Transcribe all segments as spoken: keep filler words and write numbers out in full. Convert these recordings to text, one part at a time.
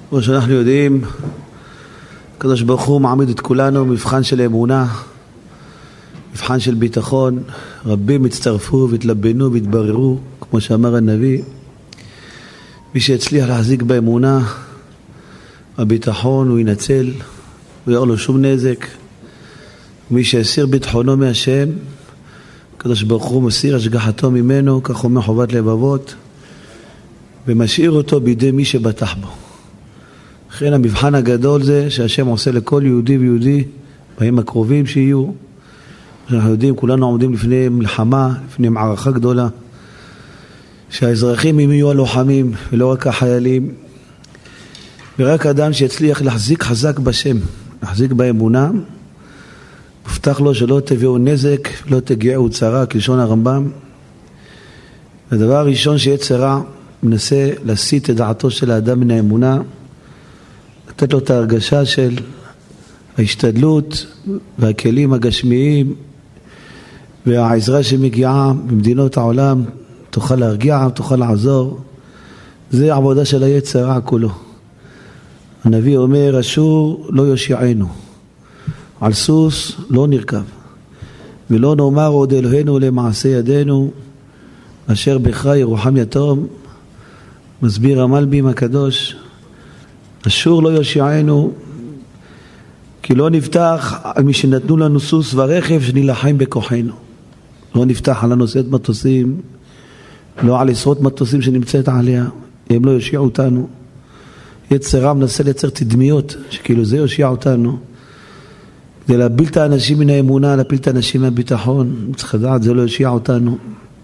כמו שאנחנו יודעים, הקדוש ברוך הוא מעמיד את כולנו מבחן של אמונה, מבחן של ביטחון. רבים הצטרפו והתלבנו והתבררו, כמו שאמר הנביא. מי שהצליח להחזיק באמונה, הביטחון, הוא ינצל, הוא יראה לו שום נזק. מי שהסיר ביטחונו מהשם, הקדוש ברוך הוא מסיר השגחתו ממנו, כך אומר חובת לבבות, ומשאיר אותו בידי מי שבטח בו. לכן המבחן הגדול זה שהשם עושה לכל יהודי ויהודי בימים הקרובים שיהיו. אנחנו יודעים, כולנו עומדים לפני מלחמה, לפני מערכה גדולה, שהאזרחים הם יהיו הלוחמים ולא רק החיילים, ורק אדם שיצליח להחזיק חזק בשם, להחזיק באמונה, מובטח לו שלא תביאו נזק, לא תגיעו צרה, כלשון הרמב"ם. הדבר הראשון שיצר רע מנסה להסיט את דעתו של האדם מן האמונה, לתת לו את ההרגשה של ההשתדלות והכלים הגשמיים והעזרה שמגיעה במדינות העולם, תוכל להרגיע, תוכל לעזור. זה עבודה של היצר רע כולו. הנביא אומר, אשור לא יושיענו, על סוס לא נרכב, ולא נאמר עוד אלוהינו למעשה ידינו, אשר בך ירוחם יתום. מסביר המלבים הקדוש, אשור לא יושיענו, כי לא נפתח על מי שנתנו לנו סוס ורכב שנלחם בכוחנו. לא נפתח על הנושאת מטוסים, לא על עשרות מטוסים שנמצאת עליה, הם לא יושיעו אותנו. יצר רע מנסה לייצר תדמיות שכאילו זה יושיע אותנו, כדי להפיל את האנשים מן האמונה, להפיל את האנשים מהביטחון. צריך לדעת, זה לא יושיע אותנו.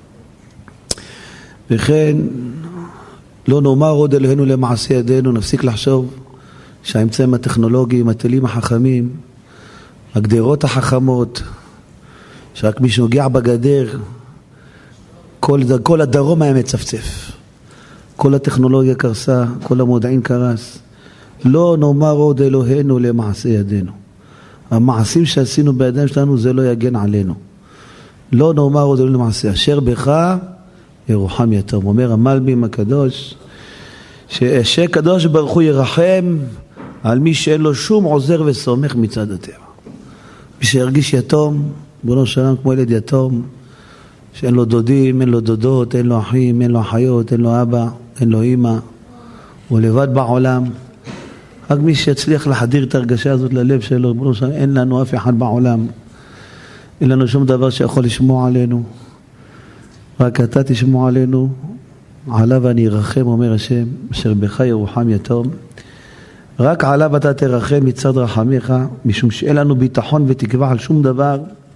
וכן לא נאמר עוד אלוהינו למעשה ידינו, נפסיק לחשוב שהאמצעים הטכנולוגיים, הטלים החכמים, הגדרות החכמות, שרק מי שנוגע בגדר, כל, כל הדרום היה מצפצף. כל הטכנולוגיה קרסה, כל המודעין קרס. לא נאמר עוד אלוהינו למעשה ידינו. המעשים שעשינו בידיים שלנו זה לא יגן עלינו. לא נאמר עוד אלוהינו למעשה, אשר בך ירוחם יתום. אומר המלבים הקדוש, שהקדוש ברוך הוא ירחם על מי שאין לו שום עוזר וסומך מצד הטבע. מי שירגיש יתום, בונו שלם כמו ילד יתום, שאין לו דודים, אין לו דודות, אין לו אחים, אין לו אחיות, אין לו אבא, אין לו אמא, הוא לבד בעולם. רק מי שיצליח להחדיר את הרגשה הזאת ללב שלו, בונו שלם, אין לנו אף אחד בעולם, אין לנו שום דבר שיכול לשמוע עלינו, רק אתה תשמוע עלינו, עליו אני ארחם, אומר השם, אשר בך ירוחם יתום. רק עליו אתה תרחם מצד רחמיך, משום שאין לנו ביטחון ותקווה על שום דבר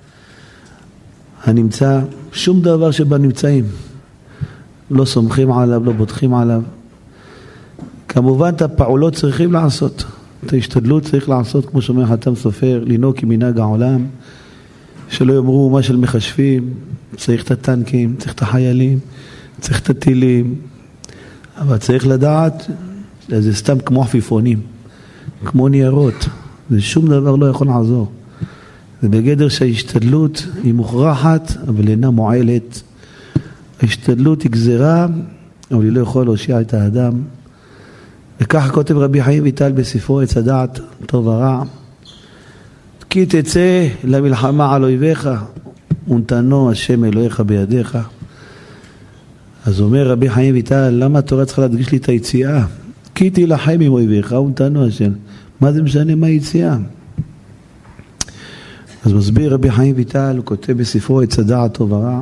הנמצא, שום דבר שבנמצאים. לא סומכים עליו, לא בוטחים עליו. כמובן את הפעולות צריכים לעשות, את ההשתדלות צריך לעשות, כמו שאומר חתם סופר, לנהוג כמנהג העולם, שלא יאמרו מה של מחשבים. צריך את הטנקים, צריך את החיילים, צריך את הטילים, אבל צריך לדעת, זה סתם כמו עפיפונים, כמו ניירות, זה שום דבר לא יכול לעזור. זה בגדר שההשתדלות היא מוכרחת, אבל אינה מועלת. ההשתדלות היא גזרה, אבל היא לא יכולה להושיע את האדם. וכך כותב רבי חיים ויטל בספרו עץ הדעת, טוב ורע, כי תצא למלחמה על אויביך, ונתנו השם אלוהיך בידיך. אז אומר רבי חיים ויטל, למה התורה צריכה להדגיש לי את היציאה? כי תילחם עם אויביך ונתנו השם. מה זה משנה מה היציאה? אז מסביר רבי חיים ויטל, הוא כותב בספרו עץ הדעת טוב ורע,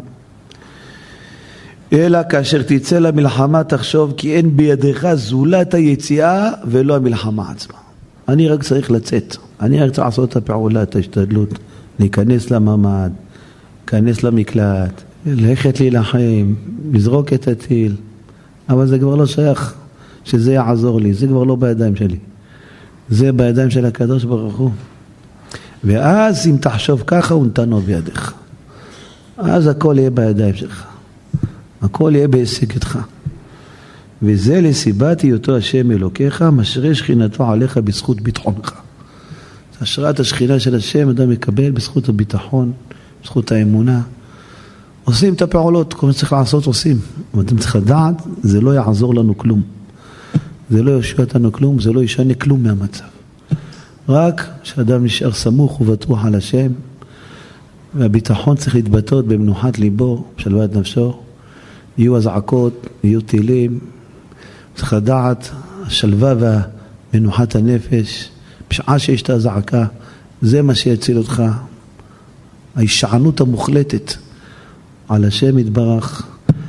אלא כאשר תצא למלחמה תחשוב כי אין בידיך זולת היציאה ולא המלחמה עצמה. אני רק צריך לצאת, אני רק צריך לעשות את הפעולה, את ההשתדלות, להיכנס לממד, להיכנס למקלט, ללכת להילחם, לזרוק את הטיל, אבל זה כבר לא שייך שזה יעזור לי, זה כבר לא בידיים שלי, זה בידיים של הקדוש ברוך הוא. ואז אם תחשוב ככה ונתנו בידיך, אז הכל יהיה בידיים שלך, הכל יהיה בהישגתך. וזה לסיבת היותו השם אלוקיך, משרה שכינתו עליך בזכות ביטחונך. השראת השכינה של השם אדם מקבל בזכות הביטחון, בזכות האמונה. עושים את הפעולות, כל מה שצריך לעשות עושים, אבל אתם צריכים לדעת, זה לא יעזור לנו כלום. זה לא יושיע אותנו כלום, זה לא ישנה כלום מהמצב. רק שאדם נשאר סמוך ובטוח על השם, והביטחון צריך להתבטאות במנוחת ליבו, בשלוות נפשו. יהיו הזעקות, יהיו טילים, צריך לדעת השלווה והמנוחת הנפש, בשעה שיש את הזעקה, זה מה שיציל אותך. ההישענות המוחלטת על השם יתברך,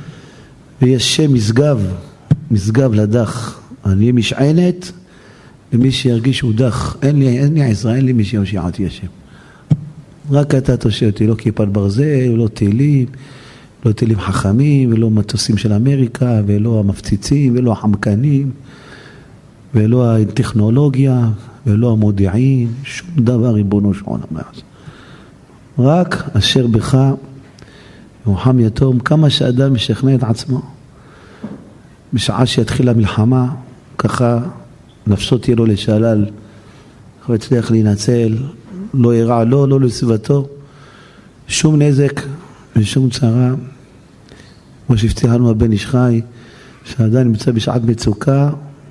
ויש שם משגב, משגב לדח. אני אהיה משענת למי שירגיש הוא דח. אין לי, אין לי עזרה, אין לי מי שיושיע אותי השם. רק אתה תושיע אותי, לא כיפת ברזל, לא טילים, לא טילים חכמים, ולא מטוסים של אמריקה, ולא המפציצים, ולא החמקנים, ולא הטכנולוגיה, ולא המודיעין, שום דבר ריבונו של עולם. רק אשר בך רוחם יתום. כמה שאדם משכנע את עצמו, בשעה שיתחיל המלחמה, ככה נפשו תהיה לו לשלל, הוא יצליח להינצל, לא ירע לו, לא לסביבתו, שום נזק ושום צרה. כמו שהבטיחנו הבן איש חי, שאדם נמצא בשעת מצוקה,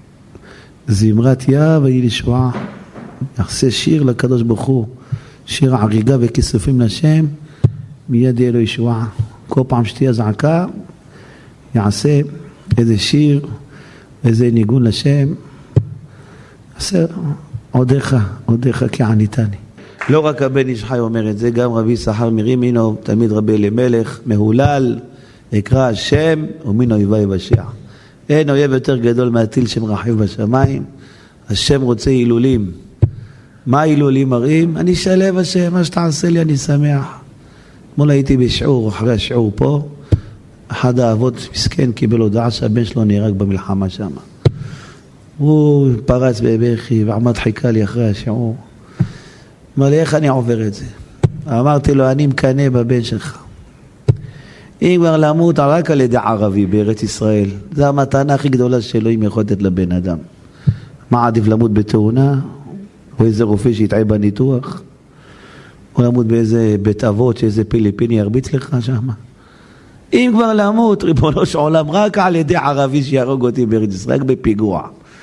זמרת יה ויהי לישועה, יעשה שיר לקדוש ברוך הוא, שיר עריגה וכיסופים לשם, מיד יהיה לו ישועה. כל פעם שתהיה זעקה, יעשה איזה שיר, איזה ניגון לשם, יעשה עודיך, עודיך כי עניתני. לא רק הבן איש חי אומר את זה, גם רבי סחר מרימינו, תמיד רבי אלימלך, מהולל, יקרא השם ומן אויבי יבשע. אין אויב יותר גדול מהטיל שמרחב בשמיים. השם רוצה הילולים. מה הילולים מראים? אני שלב השם, מה שתעשה לי אני שמח. אתמול הייתי בשיעור, אחרי השיעור פה, אחד האבות מסכן קיבל הודעה שהבן שלו נהרג במלחמה שם. הוא פרץ בבכי ועמד חיכה לי אחרי השיעור. אמר לי, איך אני עובר את זה? אמרתי לו, אני מקנא בבן שלך. אם כבר למות רק על ידי ערבי בארץ ישראל, זו המתנה הכי גדולה שלו אם יכול לתת לבן אדם. מה עדיף למות בתאונה? או איזה רופא שיתעי בניתוח? או למות באיזה בית אבות שאיזה פיליפיני ירביץ לך שם? אם כבר למות, ריבונו של עולם, רק על ידי ערבי שיהרוג אותי בארץ ישראל, רק בפיגוע.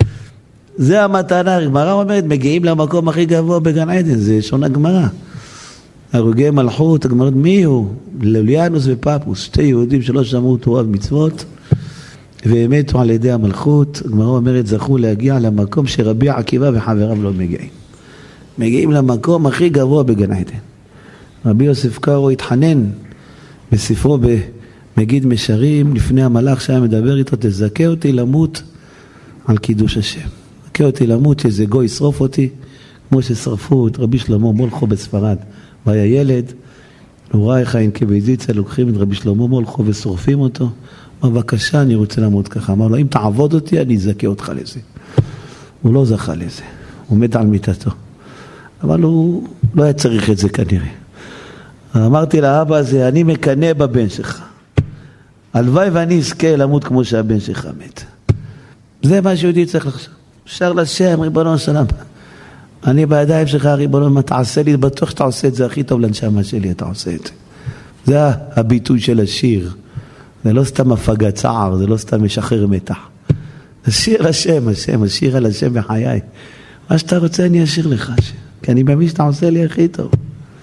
זה המתנה. הגמרא אומרת, מגיעים למקום הכי גבוה בגן עדן, זה שון הגמרא. הרוגי מלכות, הגמרא, מי הוא? לוליאנוס ופפוס, שתי יהודים שלא שמעו תורה ומצוות, והם מתו על ידי המלכות. הגמרא אומרת, זכו להגיע למקום שרבי עקיבא וחבריו לא מגיעים. מגיעים למקום הכי גבוה בגן עדן. רבי יוסף קארו התחנן בספרו במגיד משרים, לפני המלאך שהיה מדבר איתו, תזכה אותי למות על קידוש השם. זכה אותי למות שזה גוי ישרוף אותי, כמו ששרפו את רבי שלמה מולכו בספרד. והיה ילד, הוא ראה איך האינקוויזיציה לוקחים את רבי שלמה מולכו ושורפים אותו. אמר, בבקשה, אני רוצה למות ככה. אמר לו, אם תעבוד אותי, אני אזכה אותך לזה. הוא לא זכה לזה, הוא מת על מיטתו. אבל הוא לא היה צריך את זה כנראה. אמרתי לאבא הזה, אני מקנא בבן שלך. הלוואי ואני אזכה למות כמו שהבן שלך מת. זה מה שיהודי צריך לחשוב. שר לשם, ריבונו של עולם. אני בידיים שלך, ריבונו, מה תעשה לי? בטוח שאתה עושה את זה הכי טוב לנשמה שלי, אתה עושה את זה. זה הביטוי של השיר. זה לא סתם הפגת צער, זה לא סתם משחרר מתח. זה שיר השם, השם, השיר על השם בחיי. מה שאתה רוצה אני אשיר לך, כי אני מאמין שאתה עושה לי הכי טוב.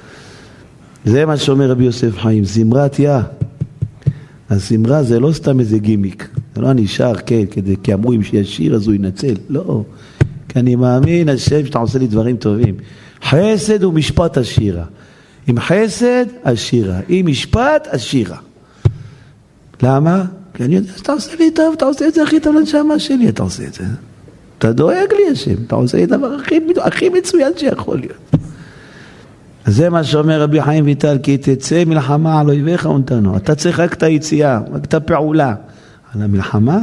זה מה שאומר רבי יוסף חיים, זמרת יה. הזמרה זה לא סתם איזה גימיק. זה לא נשאר, כן, כדי, כי אמרו אם שיש שיר אז הוא ינצל. לא. כי אני מאמין השם שאתה עושה לי דברים טובים. חסד ומשפט השירה. אם חסד, השירה. אם משפט, השירה. למה? כי אני יודע שאתה עושה לי טוב, אתה עושה את זה הכי טוב לנשמה שלי, אתה עושה את זה. אתה דואג לי השם, אתה עושה את הדבר הכי, הכי מצוין שיכול להיות. אז זה מה שאומר רבי חיים ויטל, כי תצא מלחמה על אויביך ונתנו. אתה צריך רק את היציאה, רק את הפעולה. על המלחמה,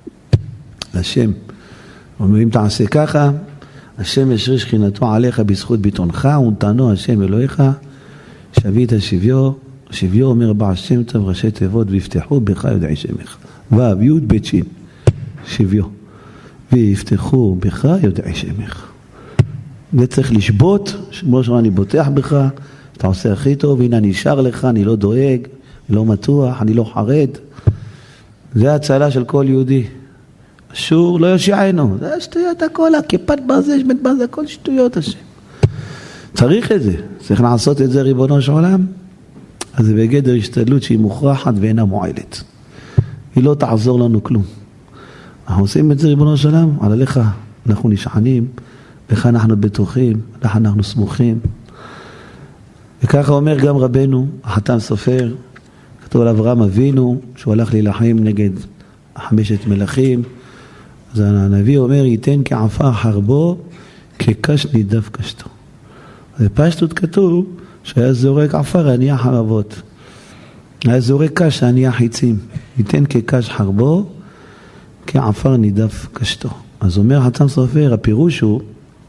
השם. אומרים, תעשה ככה, השם ישרה שכינתו עליך בזכות ביטונך, ונתנו השם אלוהיך, שביט השביו, השביו אומר בעל שם טוב ראשי תיבות, ויפתחו בך יודעי שמך. ו' י' ב' ש', שביו. ויפתחו בך יודעי שמך. זה צריך לשבות, כמו שאני בוטח בך, אתה עושה הכי טוב, הנה אני שר לך, אני לא דואג, אני לא מתוח, אני לא חרד. זה ההצלה של כל יהודי. אשור לא יושיענו. זה שטויות הכל, כיפת ברזל, שמת ברזל, הכל שטויות השם. צריך את זה. צריך לעשות את זה ריבונו של עולם. אז זה בגדר השתדלות שהיא מוכרחת ואינה מועלת. היא לא תעזור לנו כלום. אנחנו עושים את זה ריבונו של עולם, על עליך אנחנו נשענים, לך אנחנו בטוחים, לך אנחנו סמוכים. וככה אומר גם רבנו, החתם סופר, כתוב על אברהם אבינו, שהוא הלך להילחם נגד חמשת מלכים. אז הנביא אומר, ייתן כעפר חרבו, כקש נידף קשתו. בפשטות כתוב, שהיה זורק עפר, הניח חרבות. היה זורק קש, הניח חיצים. ייתן כקש חרבו, כעפר נידף קשתו. אז אומר חתם סופר, הפירוש הוא,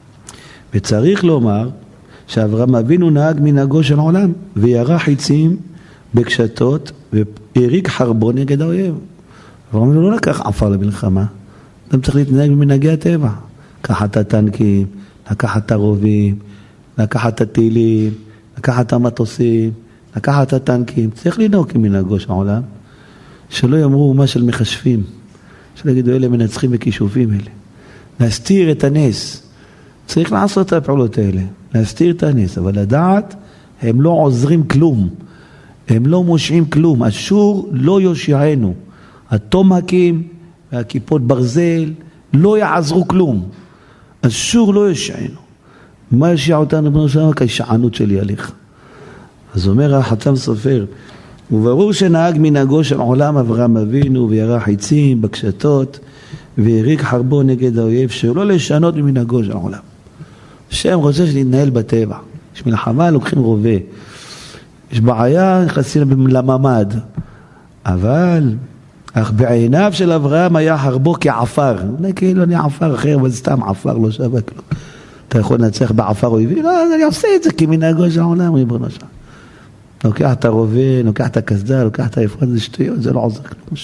וצריך לומר, שאברהם אבינו נהג מנהגו של העולם, וירה חיצים בקשתות, והריק חרבו נגד האויב. אברהם אבינו לא לקח עפר למלחמה, אתם צריך להתנהג במנהגי הטבע. לקחת את הטנקים, לקחת את הרובים, לקחת את הטילים, לקחת את המטוסים, לקחת את הטנקים. צריך לנהוג כמנהגו של העולם, שלא יאמרו מה של מחשבים, שלא יגידו אלה מנצחים וכישופים אלה. להסתיר את הנס. צריך לעשות את הפעולות האלה, להסתיר את הנס, אבל לדעת, הם לא עוזרים כלום, הם לא מושעים כלום, אשור לא יושיענו, התומקים והכיפות ברזל לא יעזרו כלום, אשור לא יושיענו. מה יושיע אותנו בנו שלנו? כשענות שלי עליך. אז אומר החתם סופר, וברור שנהג מנהגו של עולם אברהם אבינו וירה חיצים בקשתות והריק חרבו נגד האויב, שלא לשנות ממנהגו של העולם. השם רוצה שנתנהל בטבע. יש מלחמה, לוקחים רובה. יש בעיה, נכנסים לממד. אבל, אך בעיניו של אברהם היה חרבו כעפר. כאילו אני עפר אחר, אבל סתם עפר, לא שווה כלום. אתה יכול לנצח בעפר אויבי? לא, אני עושה את זה כמנהגו של העולם, ריבונו שלנו. לוקח את הרובה, לוקח את הקסדה, לוקח את האפוד, זה שטויות, זה לא עוזר כלום.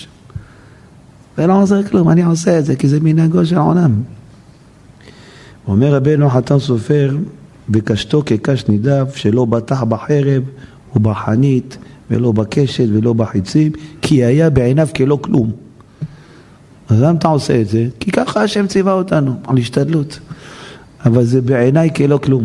זה לא עוזר כלום, אני עושה את זה, כי זה מנהגו של העולם. אומר רבנו חתם סופר, וקשתו כקש נידף, שלא בטח בחרב ובחנית, ולא בקשת ולא בחיצים, כי היה בעיניו כלא כלום. אז למה אתה עושה את זה? כי ככה השם ציווה אותנו, על השתדלות. אבל זה בעיניי כלא כלום.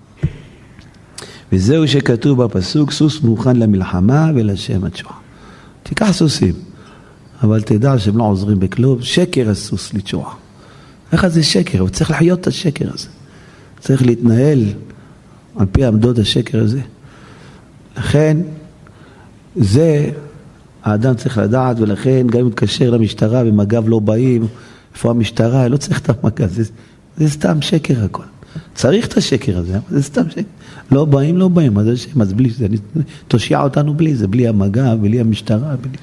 וזהו שכתוב בפסוק, סוס מוכן למלחמה ולשם התשועה. תיקח סוסים, אבל תדע שהם לא עוזרים בכלום. שקר הסוס לתשועה. איך זה שקר? הוא צריך לחיות את השקר הזה. צריך להתנהל על פי עמדות השקר הזה. לכן, זה האדם צריך לדעת, ולכן גם אם מתקשר למשטרה ומג"ב לא באים, איפה המשטרה? לא צריך את המג"ב, זה, זה סתם שקר הכל. צריך את השקר הזה, זה סתם שקר. לא באים, לא באים, אז, השם, אז בלי זה, תושיע אותנו בלי זה, בלי המג"ב, בלי המשטרה, בלי...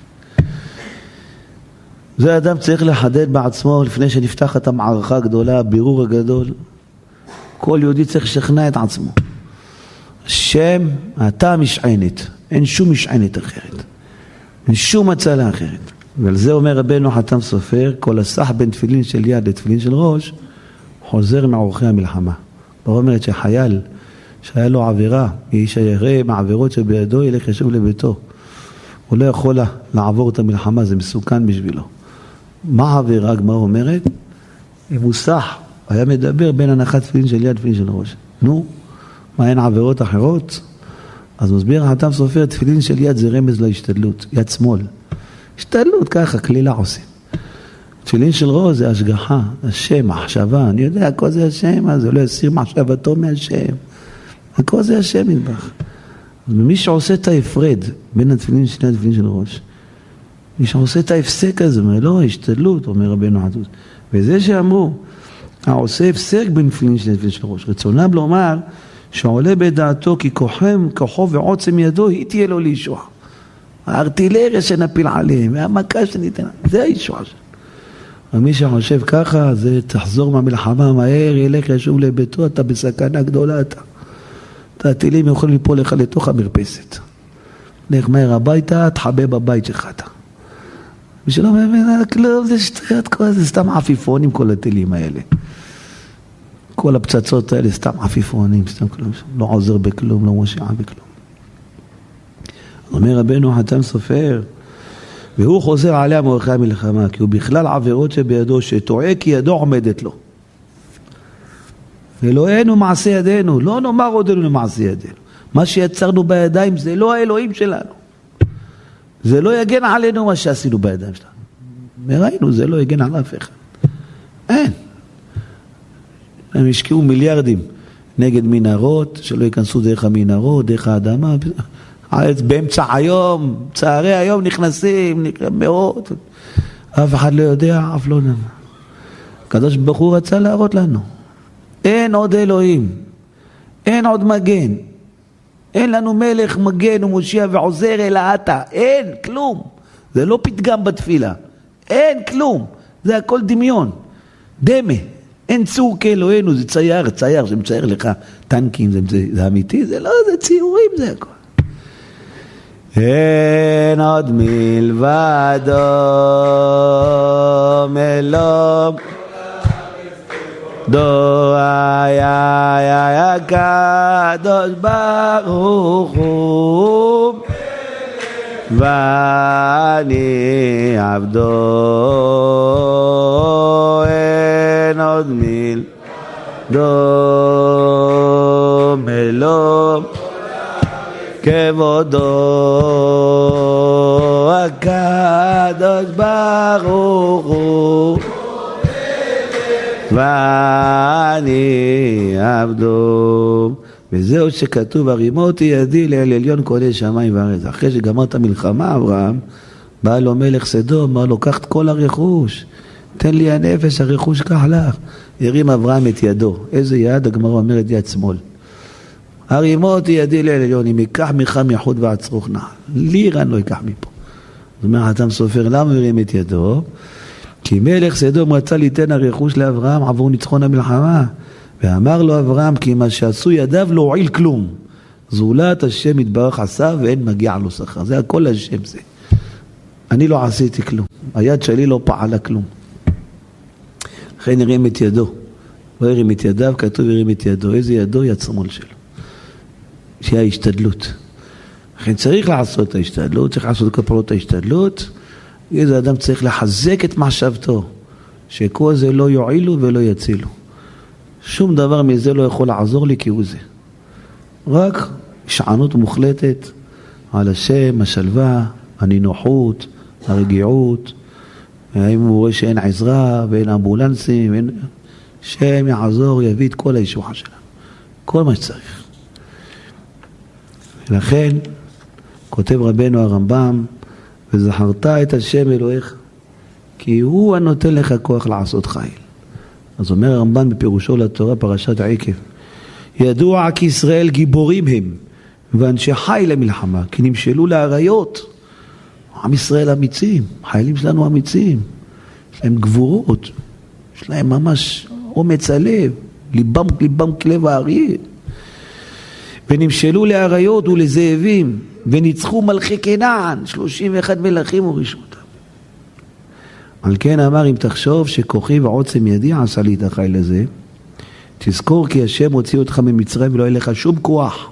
זה האדם צריך לחדד בעצמו לפני שנפתח את המערכה הגדולה, הבירור הגדול. כל יהודי צריך לשכנע את עצמו. השם, אתה משענת, אין שום משענת אחרת. אין שום הצלה אחרת. ועל זה אומר רבנו חתם סופר, כל הסח בין תפילין של יד לתפילין של ראש, חוזר מעורכי המלחמה. ברור אומרת שחייל, שהיה לו עבירה, איש הירא מעבירות שבידו, ילך ישוב לביתו. הוא לא יכול לעבור את המלחמה, זה מסוכן בשבילו. מה העבירה, הגמרא אומרת? אם הוא סח, היה מדבר בין הנחת תפילין של יד תפילין של ראש. נו, מה אין עבירות אחרות? אז מסביר חתם סופר, תפילין של יד זה רמז להשתדלות, יד שמאל. השתדלות ככה, כלילה עושים. תפילין של ראש זה השגחה, השם, מחשבה. אני יודע, הכל זה השם, אז הוא לא יסיר מחשבתו מהשם. הכל זה השם נדבך. אז מי שעושה את ההפרד בין התפילין של יד לתפילין של ראש, מי שעושה את ההפסק הזה, אומר, לא, השתדלות, אומר רבנו חתוס. וזה שאמרו, העושה הפסק בין תפילין של יד לתפילין של ראש. רצונם לומר, שעולה בדעתו כי כוחם, כוחו ועוצם ידו, היא תהיה לו לישוע. הארטילריה שנפיל עליהם, והמכה שניתן, זה הישוע שלנו. ומי שחושב ככה, זה תחזור מהמלחמה מהר, ילך ישוב לביתו, אתה בסכנה גדולה, אתה. את הטילים יכולים ליפול לך לתוך המרפסת. לך מהר הביתה, תחבא בבית שלך אתה. ושלא מבין, כלום, זה שטויות, כל זה סתם עפיפונים, כל הטילים האלה. כל הפצצות האלה, סתם עפיפונים, סתם כלום, לא עוזר בכלום, לא מושיע בכלום. אומר רבנו חתם סופר, והוא חוזר עליה מאורכי המלחמה, כי הוא בכלל עבירות שבידו, שטועה כי ידו עומדת לו. אלוהינו מעשה ידינו, לא נאמר עודנו למעשה ידינו. מה שיצרנו בידיים זה לא האלוהים שלנו. זה לא יגן עלינו מה שעשינו בידיים שלנו. וראינו, זה לא יגן על אף אחד. אין. הם השקיעו מיליארדים נגד מנהרות, שלא ייכנסו דרך המנהרות, דרך האדמה. באמצע היום, צערי היום נכנסים, מאות. אף אחד לא יודע, אף לא נמה. הקדוש ברוך הוא רצה להראות לנו. אין עוד אלוהים. אין עוד מגן. אין לנו מלך, מגן ומושיע ועוזר אלא אתה. אין, כלום. זה לא פתגם בתפילה. אין כלום. זה הכל דמיון. דמה. אין צור כאלוהינו, זה צייר, צייר שמצייר לך טנקים, זה, זה, זה אמיתי, זה לא, זה ציורים, זה הכל. אין עוד מלבדו מלום דו היה היה קדוש ברוך הוא ואני עבדו אין עוד מלבדו מלום כבודו הקדוש ברוך הוא ואני עבדו. וזהו שכתוב הרימותי ידי לאל עליון כולל שמיים וארץ. אחרי שגמרת המלחמה אברהם בא לו מלך סדום, אמר לו קח את כל הרכוש, תן לי הנפש, הרכוש קח לך. הרים אברהם את ידו. איזה יד? הגמרא אומרת יד שמאל. הרימותי ידי לאל עליון, אם ייקח ממך מחוט ועצרוך נעל, לירן לא ייקח מפה. זאת אומרת, חתם סופר, למה הוא הרים את ידו? כי מלך סדום רצה ליתן הרכוש לאברהם עבור ניצחון המלחמה, ואמר לו אברהם כי מה שעשו ידיו לא הועיל כלום, זולת השם יתברך עשה ואין מגיע לו שכר. זה הכל השם זה. אני לא עשיתי כלום, היד שלי לא פעלה כלום. לכן הרים את ידו, לא הרים את ידיו, כתוב הרים את ידו. איזה ידו? יד שמאל שלו, שהיא ההשתדלות. לכן צריך לעשות את ההשתדלות, צריך לעשות כפרות ההשתדלות. איזה אדם צריך לחזק את מחשבתו, שכל זה לא יועילו ולא יצילו. שום דבר מזה לא יכול לעזור לי כי הוא זה. רק שענות מוחלטת על השם, השלווה, הנינוחות, הרגיעות. אם הוא רואה שאין עזרה ואין אמבולנסים, אין... שם יעזור, יביא את כל הישועה שלנו. כל מה שצריך. ולכן כותב רבנו הרמב"ם, וזכרת את השם אלוהיך, כי הוא הנותן לך כוח לעשות חיל. אז אומר הרמב"ם בפירושו לתורה פרשת עקב, ידוע כי ישראל גיבורים הם, ואנשי חיל למלחמה, כי נמשלו לאריות. עם ישראל אמיצים, חיילים שלנו אמיצים, יש להם גבורות, יש להם ממש אומץ הלב, ליבם, ליבם כלב האריה. ונמשלו לאריות ולזאבים, וניצחו מלכי כנען, שלושים ואחד מלכים ורישו אותם. על כן אמר, אם תחשוב שכוחי ועוצם ידי עשה לי את החיל הזה, תזכור כי השם הוציא אותך ממצרים ולא יהיה לך שום כוח.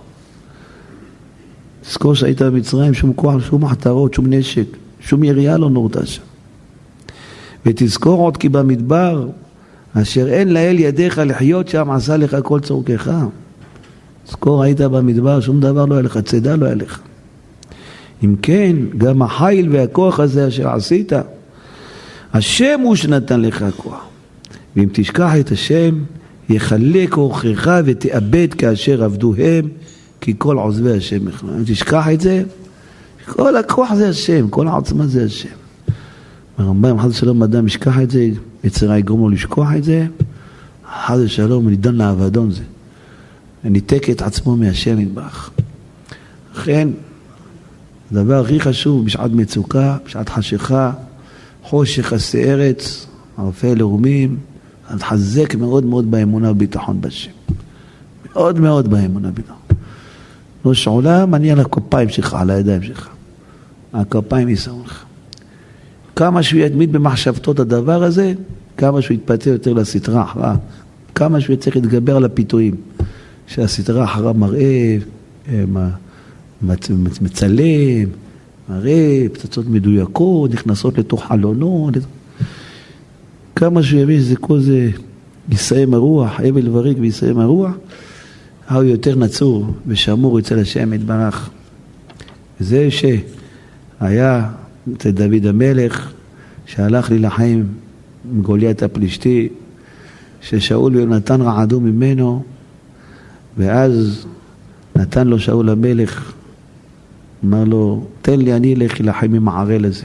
תזכור שהיית במצרים, שום כוח, שום מחתרות, שום נשק, שום ירייה לא נורתה שם. ותזכור עוד כי במדבר, אשר אין לאל ידיך לחיות שם, עשה לך כל צורכך. תזכור, היית במדבר, שום דבר לא היה לך, צידה לא היה לך. אם כן, גם החיל והכוח הזה אשר עשית, השם הוא שנתן לך כוח. ואם תשכח את השם, יחלק כוחך ותאבד כאשר עבדו הם, כי כל עוזבי השם מכלו. אם תשכח את זה, כל הכוח זה השם, כל העוצמה זה השם. הרמב"ם, חס ושלום, אדם ישכח את זה, יצרה יגרום לו לשכוח את זה, חס ושלום, נידון לאבדון זה. וניתק את עצמו מהשם יתברך. לכן, הדבר הכי חשוב בשעת מצוקה, בשעת חשיכה, חושך הסערת, ערפל לרומים, תחזק מאוד מאוד באמונה וביטחון בשם. מאוד מאוד באמונה וביטחון. ראש העולם, אני על הכפיים שלך, על הידיים שלך. הכפיים יישאו לך. כמה שהוא יתמיד במחשבתו את הדבר הזה, כמה שהוא יתפתה יותר לסתרה אחרה, כמה שהוא יצטרך להתגבר על הפיתויים. שהסתרה אחרה מראה, מצלם, הרי פצצות מדויקות, נכנסות לתוך חלונות. כמה שהוא יבין שזה כל זה יסיים הרוח, אבל וריק ויסיים הרוח, הוא יותר נצור ושמור אצל השם יתברך. וזה שהיה אצל דוד המלך, שהלך להילחם עם גוליית הפלישתי, ששאול ויונתן רעדו ממנו, ואז נתן לו שאול המלך, אמר לו, תן לי, אני אלך להילחם עם הערל הזה.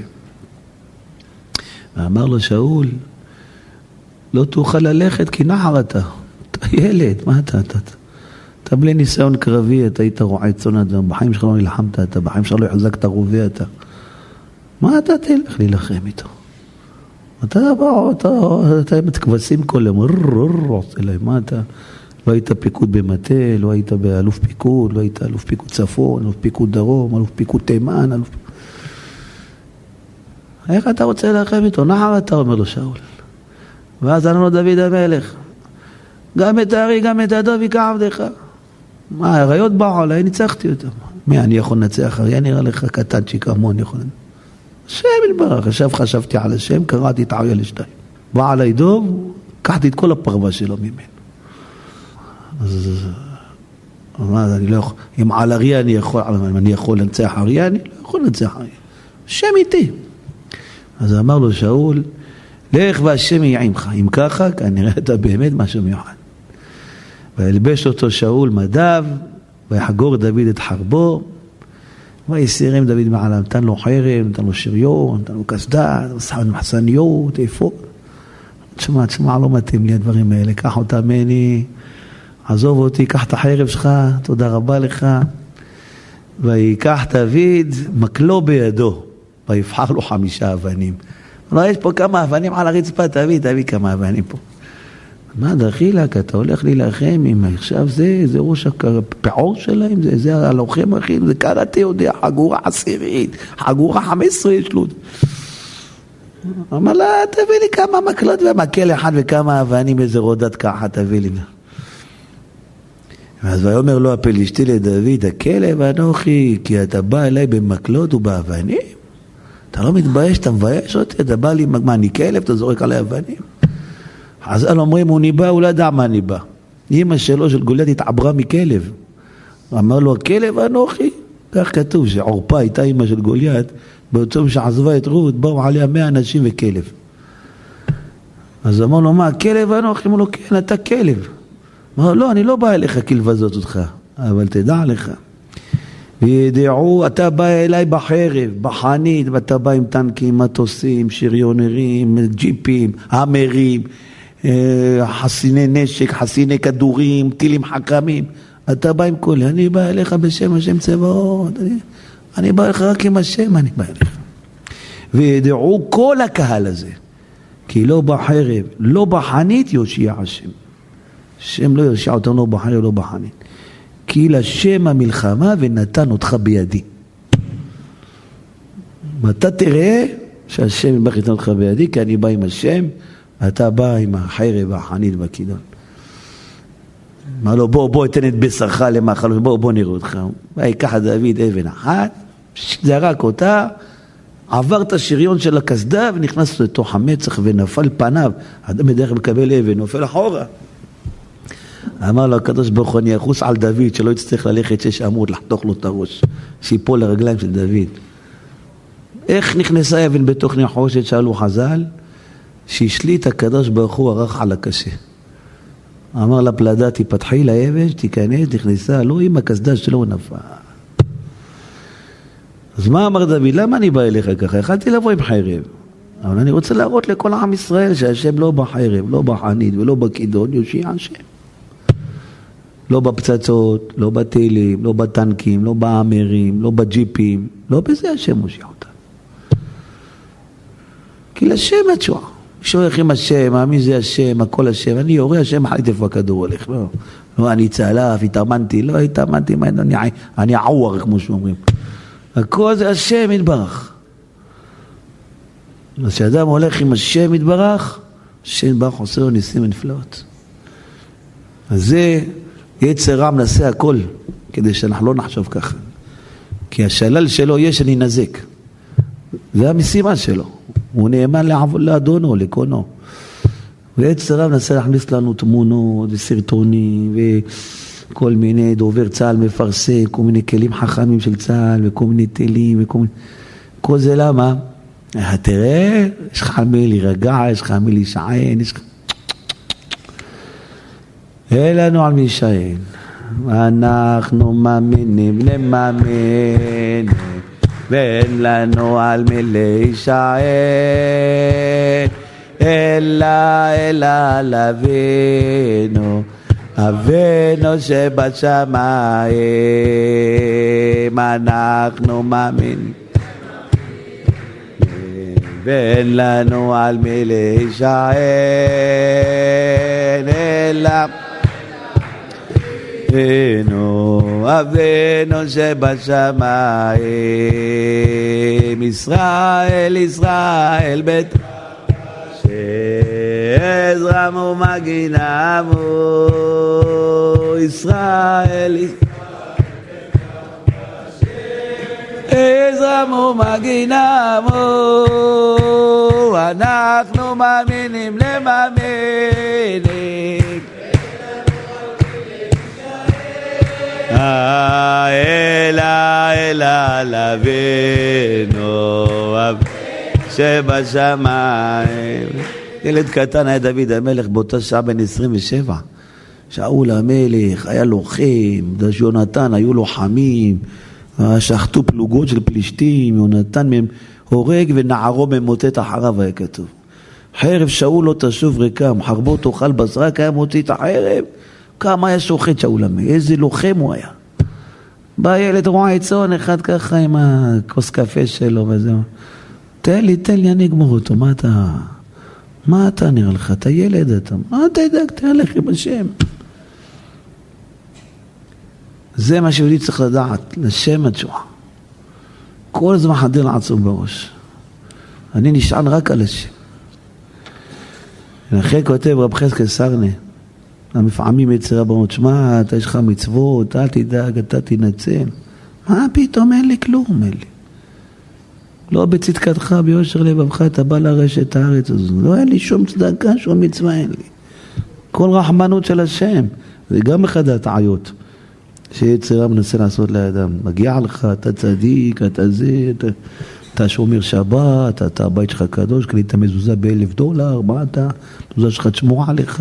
ואמר לו שאול, לא תוכל ללכת כי נחר אתה, אתה ילד, מה אתה, אתה, אתה, אתה בלי ניסיון קרבי, אתה היית רועה צאן אדם, בחיים שלך לא נלחמת, אתה בחיים שלך לא החזקת רובה, אתה, מה אתה תלך להילחם איתו? אתה בא, אתה, אתה מתכבשים כל יום, עושה להם, מה אתה, לא היית פיקוד במטה, לא היית באלוף פיקוד, לא היית אלוף פיקוד צפון, אלוף פיקוד דרום, אלוף פיקוד תימן, אלוף... איך אתה רוצה להילחם איתו? נחר אתה, אומר לו שאול. ואז ענו לו דוד המלך, גם את הארי, גם את הדוב ייקח עבדך. מה, הריות באו עליי, ניצחתי אותם. מי, אני יכול לנצח? הרי נראה לך קטנצ'יק המון יכול לנצח. השם יתברך, עכשיו חשבתי על השם, קראתי את האריה לשתיים. בא עליי דוב, קחתי את כל הפרווה שלו ממנו. אז אמר, אני לא יכול, אם על אריה אני יכול, אם אני יכול לנצח אריה, אני לא יכול לנצח אריה. השם איתי. אז אמר לו שאול, לך והשם יהיה עמך. אם ככה, כנראה אתה באמת משהו מיוחד. וילבש אותו שאול מדיו, ויחגור דוד את חרבו, ויסירם דוד מעליו, נתן לו חרב, נתן לו שריון, נתן לו קסדה, נתן לו מחסניות, איפה? תשמע, תשמע, לא מתאים לי הדברים האלה, קח אותה מני, עזוב אותי, קח את החרב שלך, תודה רבה לך. ויקח דוד מקלו בידו, ויבחר לו חמישה אבנים. לא, יש פה כמה אבנים על הרצפה, תביא, תביא כמה אבנים פה. מה דחילק, אתה הולך להילחם עם עכשיו זה, זה ראש הפעור שלהם, זה, זה הלוחם הכי, זה כאן אתה יודע, חגורה עשירית, חגורה חמש עשרה יש לו. אמר לה, תביא לי כמה מקלות ומקל אחד וכמה אבנים, איזה רודת ככה, תביא לי. אז ויאמר לו הפלישתי לדוד, הכלב אנוכי, כי אתה בא אליי במקלות ובאבנים? אתה לא מתבייש, אתה מבייש אותי, אתה בא לי, מה, אני כלב, אתה זורק עליי אבנים? אז אנו אומרים, הוא ניבא, הוא לא ידע מה ניבא. אמא שלו של גוליית התעברה מכלב. אמר לו, הכלב אנוכי? כך כתוב, שעורפה הייתה אמא של גוליית, באותו שעזבה את רות, באו עליה מאה אנשים וכלב. אז אמר לו, מה, הכלב אנוכי? אמר לו, כן, אתה כלב. אמר לו, לא, אני לא בא אליך כלבזות אותך, אבל תדע לך. וידעו, אתה בא אליי בחרב, בחנית, ואתה בא עם טנקים, מטוסים, שריונרים, ג'יפים, המרים, חסיני נשק, חסיני כדורים, טילים חכמים. אתה בא עם כל, אני בא אליך בשם השם צבאות, אני, אני בא אליך רק עם השם, אני בא אליך. וידעו כל הקהל הזה, כי לא בחרב, לא בחנית יושיע השם. השם לא יושיע אותנו לא בחרב, לא בחנית. כי לשם המלחמה ונתן אותך בידי. ואתה תראה שהשם יברך ייתן אותך בידי, כי אני בא עם השם, ואתה בא עם החרב והחנית והכידון. אמר לו, בוא, בוא, תן את בשרך למאכל, בוא, בוא נראה אותך. ויקח דוד אבן אחת, זרק אותה, עבר את השריון של הקסדה, ונכנס לתוך המצח ונפל פניו. אדם בדרך מקבל אבן, נופל אחורה. אמר לו הקדוש ברוך הוא, אני אחוס על דוד, שלא יצטרך ללכת שש עמוד, לחתוך לו את הראש, שיפול לרגליים של דוד. איך נכנסה אבן בתוך נחושת, שאלו חז"ל? שהשליט הקדוש ברוך הוא ערך על הקשה. אמר לה פלדה, תפתחי לאבן, תיכנס, נכנסה, לא עם הקסדה שלו נפל. אז מה אמר דוד? למה אני בא אליך ככה? יכלתי לבוא עם חרב. אבל אני רוצה להראות לכל עם ישראל שהשם לא בחרב, לא בחנית ולא בכידון, יושיע השם. לא בפצצות, לא בטילים, לא בטנקים, לא באמרים, לא בג'יפים, לא בזה השם מושיע אותה. כי לשם התשועה. שואך עם השם, מי זה השם, הכל השם, אני יורה השם, חליט איפה הכדור הולך. לא, לא אני צלף, התאמנתי, לא התאמנתי, אני, אני עוור, כמו שאומרים. הכל זה השם יתברך. אז כשאדם הולך עם השם יתברך, השם יתברך עושה לו ניסים ונפלאות. אז זה יצר רע מנסה הכל, כדי שאנחנו לא נחשוב ככה. כי השלל שלו יש אני נזק. זה המשימה שלו. הוא נאמן לאדונו, לקונו. ויצר הרע מנסה להכניס לנו תמונות וסרטונים וכל מיני דובר צה"ל מפרסם, כל מיני כלים חכמים של צה"ל וכל מיני תלים וכל מיני... כל זה למה? תראה, יש לך מי להירגע, יש לך מי להישען, יש לך... אין לנו על מי להישען. אנחנו מאמינים למאמין, ואין לנו על מי להישען, אלא אלא על אבינו, אבינו שבשמיים. אנחנו מאמינים ואין לנו על מי להישען, אלא אבינו, אבינו שבשמיים. ישראל, ישראל בית שעזרם ומגינם, ישראל עזרם ומגינם. אנחנו מאמינים למאמינים, אלא אלא לאבינו שבשמיים. ילד קטן היה דוד המלך באותה שעה בן עשרים ושבע. שאול המלך היה לוחם, דש יונתן היו לוחמים, שחטו פלוגות של פלישתים, יונתן מהם הורג ונערו ממוטט אחריו, היה כתוב. חרב שאול לא תשוב ריקם, חרבו תאכל בשרה, היה מוציא את החרב. כמה היה שוחט שאול המלך, איזה לוחם הוא היה. בא ילד רועה צאן אחד ככה עם הכוס קפה שלו וזהו. תן לי, תן לי, אני אגמור אותו. מה אתה, מה אתה נראה לך? אתה ילד, אתה, מה אתה ידאג? תהלך עם השם. זה מה שיהודי צריך לדעת, לשם התשועה. כל הזמן חדיר לעצום בראש. אני נשען רק על השם. לכן כותב רב חזקאל סרנה, המפעמים יצרה בנות, שמע, אתה יש לך מצוות, אל תדאג, אתה תנצל. מה פתאום? אין לי כלום, אין לי. לא בצדקתך, ביושר לבבך, אתה בא לרשת הארץ הזו. לא, אין לי שום צדקה, שום מצווה, אין לי. כל רחמנות של השם. זה גם אחד הטעיות שיצרה מנסה לעשות לאדם. מגיע לך, אתה צדיק, אתה זה, אתה, אתה שומר שבת, אתה הבית שלך קדוש, קנית מזוזה באלף דולר, מה אתה? מזוזה שלך תשמורה עליך.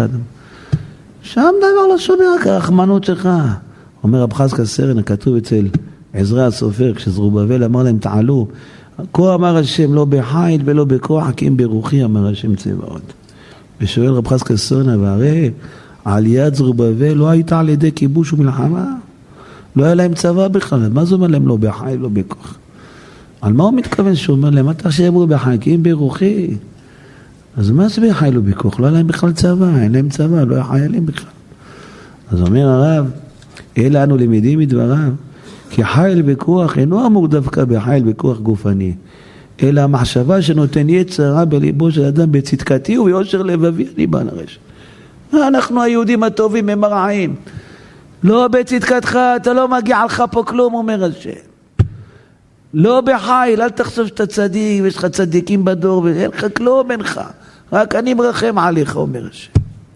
שם דבר לא שומר, רק הרחמנות שלך. אומר רב חזקאל סרן, כתוב אצל עזרא הסופר, כשזרובבל אמר להם, תעלו, כה אמר השם, לא בחיל ולא בכוח, כי אם ברוחי אמר השם צבאות. ושואל רב חזקאל סרן, והרי עליית זרובבל לא הייתה על ידי כיבוש ומלחמה, לא היה להם צבא בכלל. מה זה אומר להם לא בחיל ולא בכוח? על מה הוא מתכוון שהוא אומר להם? מה תחשבו בחיל? כי אם ברוחי. אז מה זה בחיל ובכוח? לא היה להם בכלל צבא, אין להם צבא, לא היה חיילים בכלל. אז אומר הרב, אלה אנו למדים מדבריו, כי חיל בכוח אינו אמור דווקא בחיל בכוח גופני, אלא המחשבה שנותן יצר רע בליבו של אדם בצדקתי וביושר לבבי, אני בא לרשת. אנחנו היהודים הטובים הם הרעים. לא בצדקתך, אתה לא מגיע לך פה כלום, אומר השם. לא בחיל, אל תחשוב שאתה צדיק, ויש לך צדיקים בדור, ואין לך כלום, אין לך. רק אני מרחם עליך, אומר השם.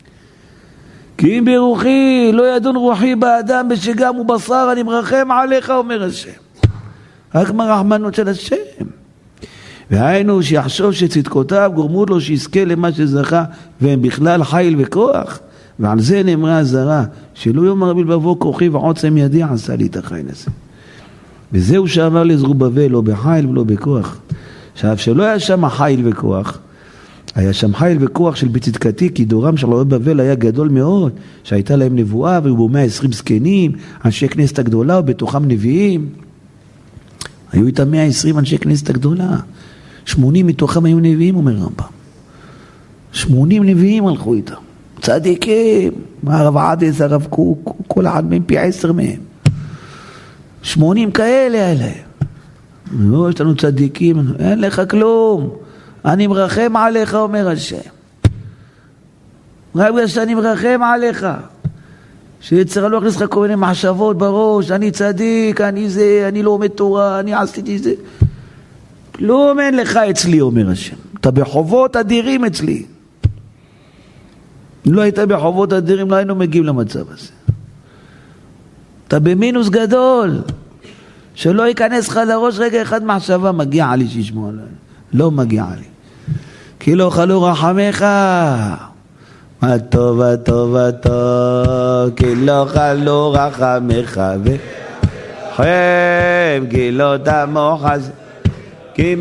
כי אם ברוחי, לא ידון רוחי באדם בשגם ובשר, אני מרחם עליך, אומר השם. רק מרחמנות של השם. והיינו שיחשוב שצדקותיו גורמות לו שיזכה למה שזכה, והם בכלל חיל וכוח. ועל זה נאמרה הזרה, שלא יאמר בלבבו כוחי ועוצם ידי עשה לי את החיל הזה. וזהו שאמר לזרובבל, לא בחיל ולא בכוח. עכשיו, שלא היה שם חיל וכוח, היה שם חיל וכוח של בצדקתי, כי דורם של רבי בבל היה גדול מאוד, שהייתה להם נבואה, והיו בו מאה ועשרים זקנים, אנשי כנסת הגדולה, ובתוכם נביאים. היו איתם מאה ועשרים אנשי כנסת הגדולה. שמונים מתוכם היו נביאים, אומר רמב"ם. שמונים נביאים הלכו איתם. צדיקים, הרב עדס, הרב קוק, כל אחד מהם פי עשר מהם. שמונים כאלה אלה. לא, יש לנו צדיקים, אין לך כלום. אני מרחם עליך, אומר השם. רק בגלל שאני מרחם עליך. שיצר לא יכניס לך כל מיני מחשבות בראש, אני צדיק, אני זה, אני לא עומד תורה, אני עשיתי זה. כלום אין לך אצלי, אומר השם. אתה בחובות אדירים אצלי. אם לא היית בחובות אדירים, לא היינו מגיעים למצב הזה. אתה במינוס גדול. שלא ייכנס לך לראש רגע אחד מחשבה, מגיע לי שישמוע עליי. לא מגיע לי. כי לא חלו רחמך. מה טוב, מה טוב, מה טוב, כי לא חלו רחמך וחם, כי לא תמוך אז, כי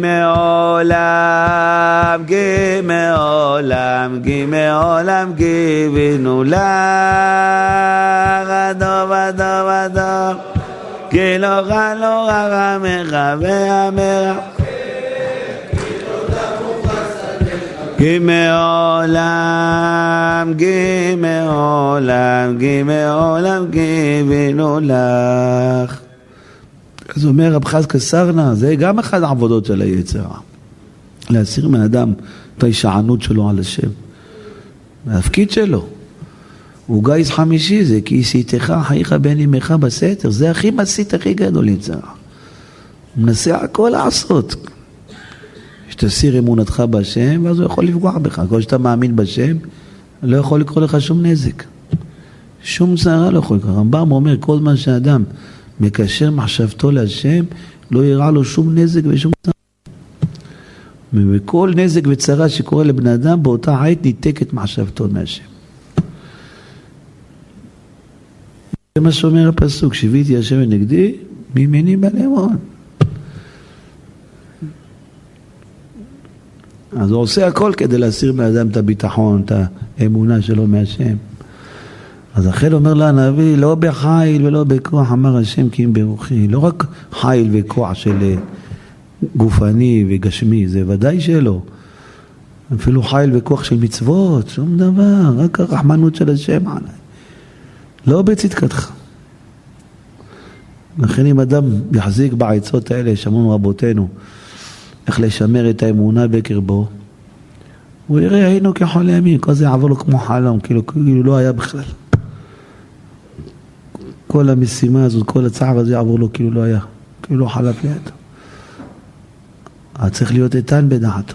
מעולם, כי מעולם, כי מעולם גיבינו לך, טוב, טוב, טוב, כי לא חלו רחמך והמרח, כי מעולם, כי מעולם, כי מעולם גיבינו לך. אז אומר רב חזקה סרנא, זה גם אחד העבודות של היצר. להסיר מהאדם את ההישענות שלו על השם. ההפקיד שלו. הוא גיס חמישי, זה כי עשיתך חייך בין ימיך בסתר. זה הכי מסית הכי גדול יצר. הוא מנסה הכל לעשות. שתסיר אמונתך בשם, ואז הוא יכול לפגוע בך. כל שאתה מאמין בשם, לא יכול לקרוא לך שום נזק. שום צערה לא יכול לקרוא. הרמב"ם אומר, כל מה שאדם מקשר מחשבתו להשם, לא יראה לו שום נזק ושום צערה. וכל נזק וצערה שקורה לבן אדם, באותה עת ניתק את מחשבתו מהשם. זה מה שאומר הפסוק, שיביתי השם נגדי, מימיני בלמון. אז הוא עושה הכל כדי להסיר מאדם את הביטחון, את האמונה שלו מהשם. אז לכן אומר לה הנביא, לא בחיל ולא בכוח, אמר השם כי אם ברוחי. לא רק חיל וכוח של גופני וגשמי, זה ודאי שלא. אפילו חיל וכוח של מצוות, שום דבר, רק הרחמנות של השם עליי. לא בצדקתך. לכן אם אדם יחזיק בעצות האלה, שמענו רבותינו, איך לשמר את האמונה בקרבו, הוא יראה היינו כחול ימין, כל זה יעבור לו כמו חלום, כאילו, כאילו לא היה בכלל. כל המשימה הזאת, כל הצער הזה יעבור לו כאילו לא היה, כאילו לא חלף לידו. אז צריך להיות איתן בדעתו.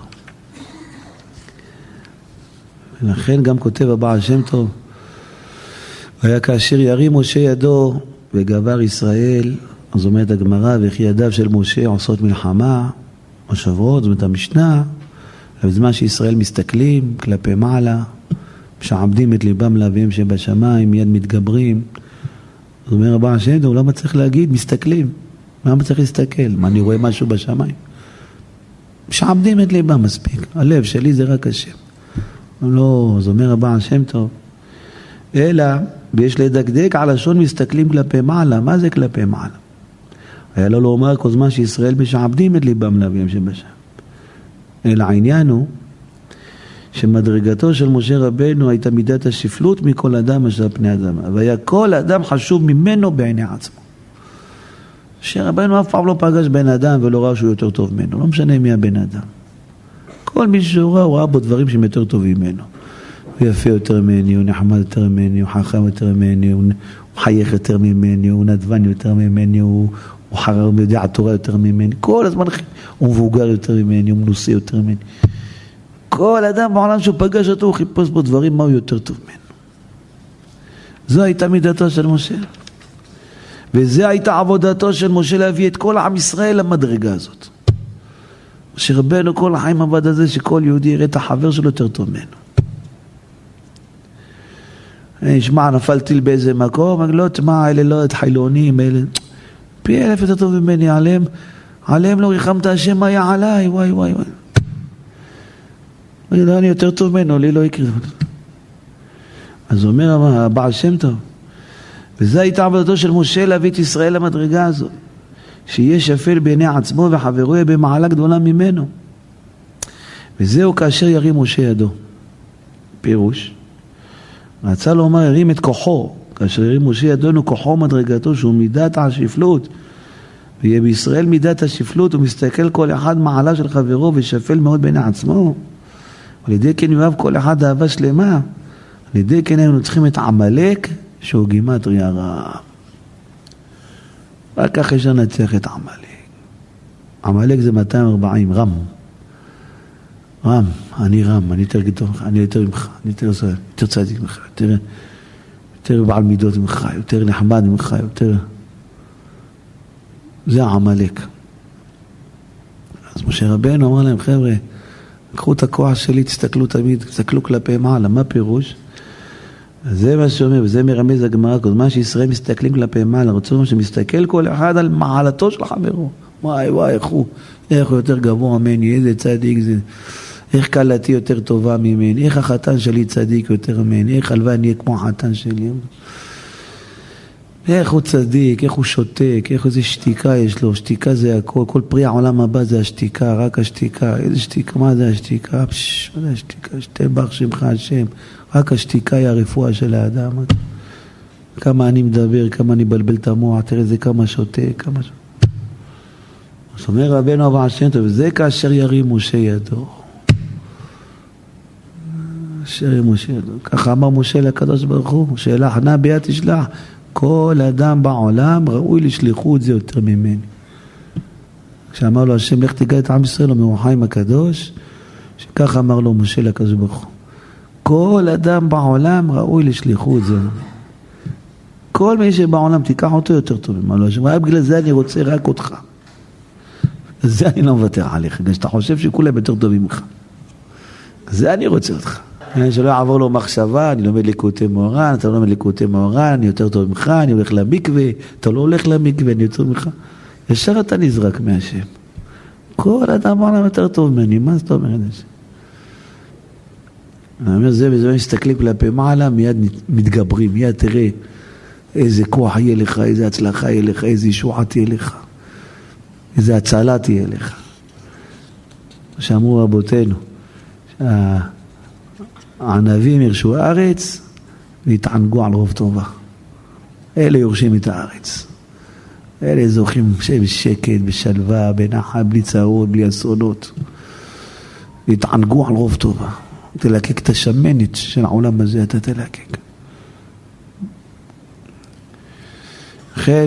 ולכן גם כותב הבעל שם טוב, היה כאשר ירים משה ידו וגבר ישראל, אז אומרת הגמרא, וכי ידיו של משה עושות מלחמה, השבועות, זאת אומרת המשנה, בזמן שישראל מסתכלים כלפי מעלה, משעבדים את ליבם לאביהם שבשמיים, מיד מתגברים. זאת אומרת, הבא השם, הוא לא מצליח להגיד, מסתכלים. מה צריך להסתכל? מה, אני רואה משהו בשמיים? משעבדים את ליבם מספיק. הלב שלי זה רק השם. לא, זאת אומרת, הבא השם טוב. אלא, ויש לדקדק על לשון מסתכלים כלפי מעלה. מה זה כלפי מעלה? היה לו לומר כל זמן שישראל משעבדים את ליבם לאביהם שבשם. אלא העניין הוא שמדרגתו של משה רבנו הייתה מידת השפלות מכל אדם אשר פני אדם. והיה כל אדם חשוב ממנו בעיני עצמו. משה רבנו אף פעם לא פגש בן אדם ולא ראה שהוא יותר טוב ממנו. לא משנה מי הבן אדם. כל מי שהוא ראה, הוא ראה בו דברים שהם יותר טובים ממנו. הוא יפה יותר ממני, הוא נחמד יותר ממני, הוא חכם יותר ממני, הוא חייך יותר ממני, הוא נדבן יותר ממני, הוא... הוא חרר בידיע התורה יותר ממני, כל הזמן הוא מבוגר יותר ממני, הוא מנוסה יותר ממני. כל אדם בעולם שהוא פגש אותו, הוא חיפש בו דברים מה הוא יותר טוב ממנו. זו הייתה מידתו של משה. וזו הייתה עבודתו של משה להביא את כל עם ישראל למדרגה הזאת. משה רבנו כל החיים עבד הזה שכל יהודי יראה את החבר שלו יותר טוב ממנו. שמע, נפל טיל באיזה מקום, לא תשמע, אלה לא את חילונים, אלה... פי אלף יותר טוב ממני, עליהם, עליהם לא ריחמת השם מה היה עליי, וואי וואי וואי. לא, אני יותר טוב ממנו, לי לא יקרה. אז אומר הבעל שם טוב, וזו הייתה עבודתו של משה להביא את ישראל למדרגה הזאת, שיהיה שפל בעיני עצמו וחברו יהיה במעלה גדולה ממנו. וזהו כאשר ירים משה ידו. פירוש, רצה לומר ירים את כוחו, כאשר ירים משה ידנו כוחו מדרגתו שהוא מידת השפלות, ויהיה בישראל מידת השפלות, הוא מסתכל כל אחד מעלה של חברו ושפל מאוד בין עצמו. על ידי כן יאהב כל אחד אהבה שלמה. על ידי כן היינו צריכים את עמלק שהוא גימטריה רע. רק כך יש לנצח את עמלק. עמלק זה מאתיים וארבעים, רם. רם, אני רם, אני יותר גדול ממך, אני יותר ממך, אני יותר, יותר צדיק ממך, יותר, יותר בעל מידות ממך, יותר נחמד ממך, יותר... זה עמלק. אז משה רבנו אמר להם, חבר'ה, קחו את הכוח שלי, תסתכלו תמיד, תסתכלו כלפי מעלה, מה פירוש? זה מה שאומר, וזה מרמז הגמרא, כל מה שישראל מסתכלים כלפי מעלה, רוצים שמסתכל כל אחד על מעלתו של חברו. וואי וואי, איך הוא, איך הוא יותר גבוה ממני, איזה צדיק זה, איך קלתי יותר טובה ממני, איך החתן שלי צדיק יותר ממני, איך הלוואי אני אהיה כמו החתן שלי. איך הוא צדיק, איך הוא שותק, איך איזה שתיקה יש לו, שתיקה זה הכל, כל פרי העולם הבא זה השתיקה, רק השתיקה, איזה שתיקה, מה זה השתיקה? פשש, מה זה השתיקה? שתה ברך שמך השם, רק השתיקה היא הרפואה של האדם. כמה אני מדבר, כמה אני בלבל את המוח, תראה זה כמה שותק, כמה שותק. אז אומר רבנו הבא השם טוב, זה כאשר ירים משה ידו. כאשר ירים משה ידו. ככה אמר משה לקדוש ברוך הוא, שלח נא ביד תשלח. כל אדם בעולם ראוי לשליחות זה יותר ממני. כשאמר לו השם, לך תגאל את עם ישראל, הוא אומר, חיים הקדוש, שכך אמר לו משה לקדוש ברוך הוא. כל אדם בעולם ראוי לשליחות זה. כל מי שבעולם תיקח אותו יותר טוב. אמר לו השם, בגלל זה אני רוצה רק אותך. זה אני לא מוותר עליך, גם שאתה חושב שכולם יותר טובים ממך. זה אני רוצה אותך. שלא יעבור לו מחשבה, אני לומד ליקוטי מאורן, אתה לא לומד ליקוטי מאורן, אני יותר טוב ממך, אני הולך למקווה, אתה לא הולך למקווה, אני יותר ממך. ישר אתה נזרק מהשם. כל אדם בעולם יותר טוב ממני, מה זאת אומרת? אני אומר, זה וזה מסתכלים כלפי מעלה, מיד מתגברים, מיד תראה איזה כוח יהיה לך, איזה הצלחה יהיה לך, איזה ישועה תהיה לך, איזה הצלה תהיה לך. שאמרו רבותינו, שה... הענבים ירשו הארץ והתענגו על רוב טובה. אלה יורשים את הארץ. אלה זוכים בשקט, בשלווה, בנחת, בלי צרות, בלי אסונות. והתענגו על רוב טובה. תלקק את השמנת של העולם הזה, אתה תלקק. לכן,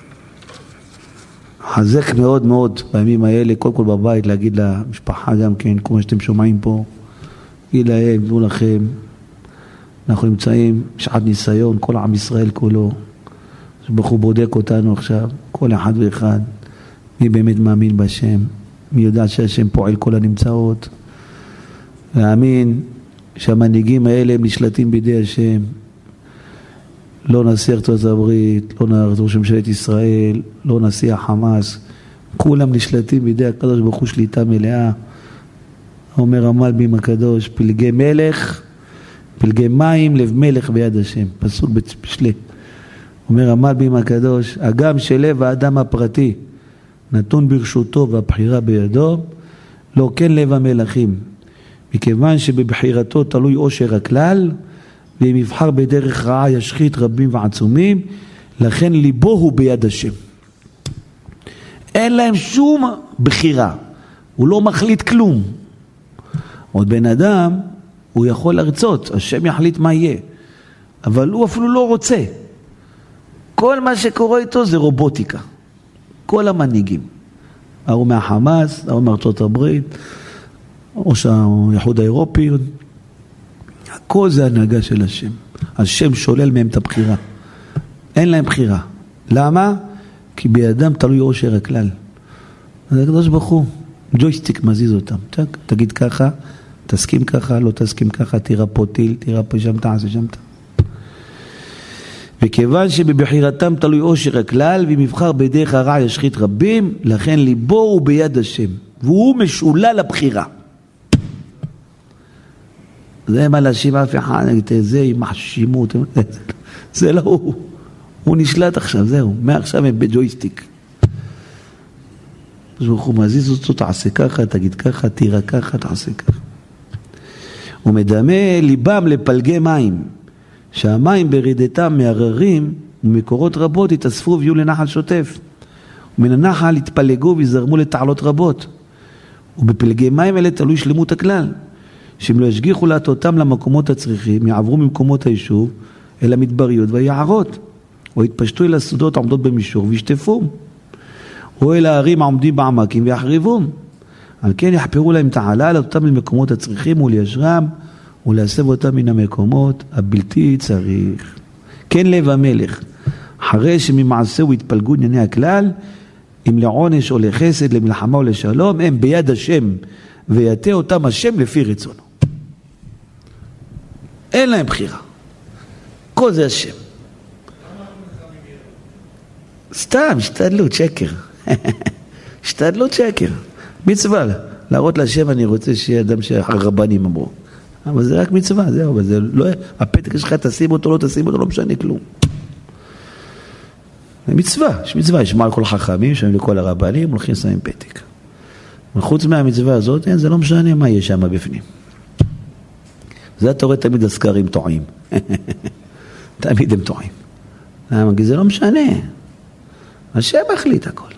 חזק מאוד מאוד בימים האלה, כל כל בבית, להגיד למשפחה גם כן, כמו שאתם שומעים פה, גיד להם, תנו לכם, אנחנו נמצאים בשעת ניסיון, כל עם ישראל כולו, שברוך הוא בודק אותנו עכשיו, כל אחד ואחד, מי באמת מאמין בשם, מי יודע שהשם פועל כל הנמצאות, להאמין שהמנהיגים האלה הם נשלטים בידי השם, לא נשיא ארצות הברית, לא ראש ממשלת ישראל, לא נשיא החמאס, כולם נשלטים בידי הקדוש ברוך הוא שליטה מלאה. אומר המלבים הקדוש, פלגי מלך, פלגי מים, לב מלך ביד השם. פסוק בשלה. אומר המלבים הקדוש, הגם שלב האדם הפרטי נתון ברשותו והבחירה בידו, לא כן לב המלכים. מכיוון שבבחירתו תלוי עושר הכלל, ואם יבחר בדרך רעה ישחית רבים ועצומים, לכן ליבו הוא ביד השם. אין להם שום בחירה. הוא לא מחליט כלום. עוד בן אדם, הוא יכול לרצות, השם יחליט מה יהיה. אבל הוא אפילו לא רוצה. כל מה שקורה איתו זה רובוטיקה. כל המנהיגים. ההוא מהחמאס, ההוא מארצות הברית, או שהיחוד האירופי, הכל זה הנהגה של השם. השם שולל מהם את הבחירה. אין להם בחירה. למה? כי בידם תלוי עושר הכלל. אז הקדוש ברוך הוא, ג'ויסטיק מזיז אותם. תגיד ככה, תסכים ככה, לא תסכים ככה, תירא פה טיל, תירא פה שם תעשה שם תעשה. וכיוון שבבחירתם תלוי עושר הכלל, ואם יבחר בדרך הרע ישחית רבים, לכן ליבו הוא ביד השם. והוא משולל לבחירה. זה מה להשיב אף אחד, זה עם מחשימות, זה לא הוא. הוא נשלט עכשיו, זהו. מעכשיו הם בג'ויסטיק. אז הוא מזיז אותו, תעשה ככה, תגיד ככה, תירא ככה, תעשה ככה. הוא מדמה ליבם לפלגי מים, שהמים ברדתם מהררים ומקורות רבות התאספו ויהיו לנחל שוטף. ומן הנחל התפלגו ויזרמו לתעלות רבות. ובפלגי מים אלה תלוי שלמות הכלל. שאם לא ישגיחו להטותם למקומות הצריכים, יעברו ממקומות היישוב, אל המדבריות והיערות, או יתפשטו אל הסודות העומדות במישור וישטפום, או אל הערים העומדים בעמקים ויחריבום. על כן יחפרו להם תעלה על אותם למקומות הצריכים וליישרם ולהסב אותם מן המקומות הבלתי צריך. כן לב המלך, אחרי שממעשהו יתפלגו ענייני הכלל, אם לעונש או לחסד, למלחמה או לשלום, הם ביד השם, ויתה אותם השם לפי רצונו. אין להם בחירה. כל זה השם. סתם, השתדלות, שקר. השתדלות, שקר. מצווה, להראות להשם אני רוצה שיהיה אדם שהרבנים אמרו. אבל זה רק מצווה, זהו, אבל זה לא, הפתק שלך תשים אותו, לא תשים אותו, לא משנה כלום. זה מצווה, יש מצווה, יש מעל כל חכמים, שמים לכל הרבנים, הולכים שמים פתק. וחוץ מהמצווה הזאת, אין, זה לא משנה מה יש שם בפנים. זה אתה רואה תמיד הסקרים טועים. תמיד הם טועים. למה? כי זה לא משנה. השם החליט הכל.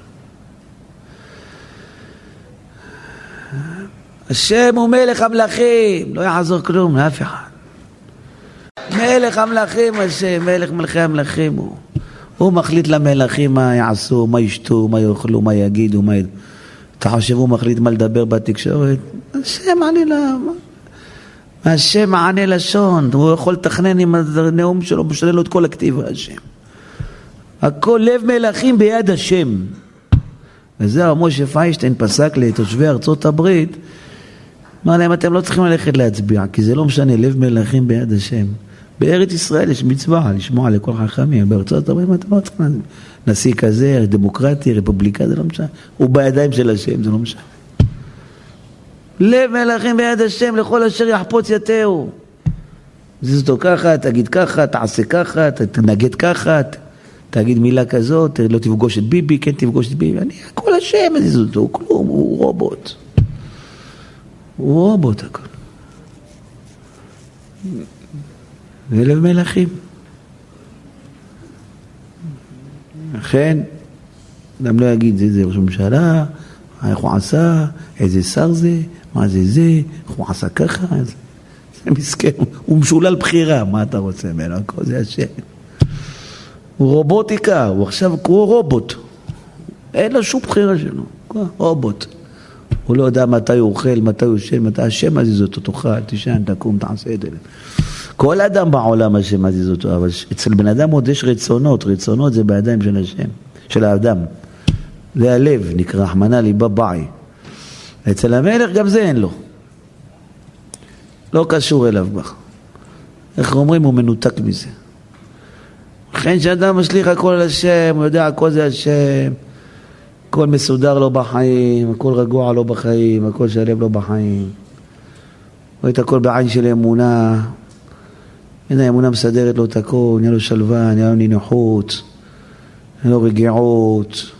השם הוא מלך המלכים, לא יעזור כלום לאף אחד. מלך המלכים השם, מלך מלכי המלכים הוא. הוא מחליט למלכים מה יעשו, מה ישתו, מה יאכלו, מה יגידו, מה ידעו. אתה חושב הוא מחליט מה לדבר בתקשורת? השם מענה לה... השם מענה לשון, הוא יכול לתכנן עם הנאום שלו, משנה לו את כל הכתיבה, השם. הכל לב מלכים ביד השם. וזה משה פיינשטיין פסק לתושבי ארצות הברית, אמר להם, אתם לא צריכים ללכת להצביע, כי זה לא משנה, לב מלכים ביד השם. בארץ ישראל יש מצווה לשמוע לכל חכמים, בארצות הברית אתם לא צריכים להצביע. נשיא כזה, דמוקרטי, רפובליקה, זה לא משנה. הוא בידיים של השם, זה לא משנה. לב מלכים ביד השם, לכל אשר יחפוץ יתהו. זיז אותו ככה, תגיד ככה, תעשה ככה, תנגד ככה, תגיד מילה כזאת, לא תפגוש את ביבי, כן תפגוש את ביבי. אני, כל השם, זיז אותו, הוא כלום, הוא רובוט. הוא רובוט הכל. זה לב מלכים. לכן, אדם לא יגיד, זה, זה ראש הממשלה, איך הוא עשה, איזה שר זה, מה זה זה, איך הוא עשה ככה, זה, זה מסכן, הוא משולל בחירה, מה אתה רוצה ממנו, הכל זה השם. הוא רובוטיקה, הוא עכשיו, הוא רובוט. אין לו שום בחירה שלו, הוא רובוט. הוא לא יודע מתי הוא אוכל, מתי הוא ישן, מתי השם מזיז אותו, תאכל, תשן, תקום, תעשה את זה. כל אדם בעולם השם מזיז אותו, אבל אצל בן אדם עוד יש רצונות, רצונות זה בידיים של השם, של האדם. זה הלב, נקרא, רחמנא ליבא בעי. אצל המלך גם זה אין לו. לא קשור אליו בך. איך אומרים, הוא מנותק מזה. לכן שאדם משליך הכל על השם, הוא יודע, הכל זה השם, הכל מסודר לו בחיים, הכל רגוע לו בחיים, הכל שלם לו בחיים. רואה את הכל בעין של אמונה. הנה האמונה מסדרת לו את הכל, נהיה לו שלווה, נהיה לו נינוחות, נהיה לו רגיעות.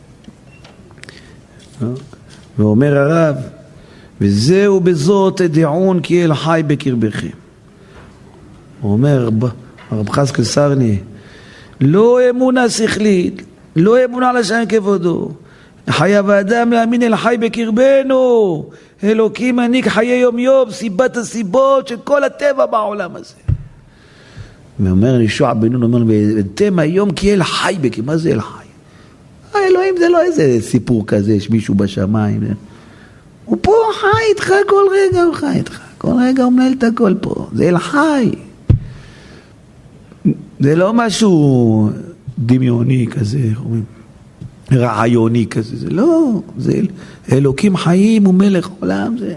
ואומר הרב, וזהו בזאת תדעון כי אל חי בקרבכם. הוא אומר, הרב חזקאל סרני, לא אמונה שכלית, לא אמונה לשם כבודו. חייב האדם להאמין אל חי בקרבנו. אלוקים מעניק חיי יום יום, סיבת הסיבות של כל הטבע בעולם הזה. ואומר ישוע בן נון, אומר, ואתם היום כי אל חי בקרבכם. מה זה אל חי? האלוהים זה לא איזה סיפור כזה, יש מישהו בשמיים. הוא פה חי איתך כל רגע, הוא חי איתך. כל רגע הוא מנהל את הכל פה. זה אל חי. זה לא משהו דמיוני כזה, רעיוני כזה, זה לא, זה אלוקים חיים ומלך עולם זה.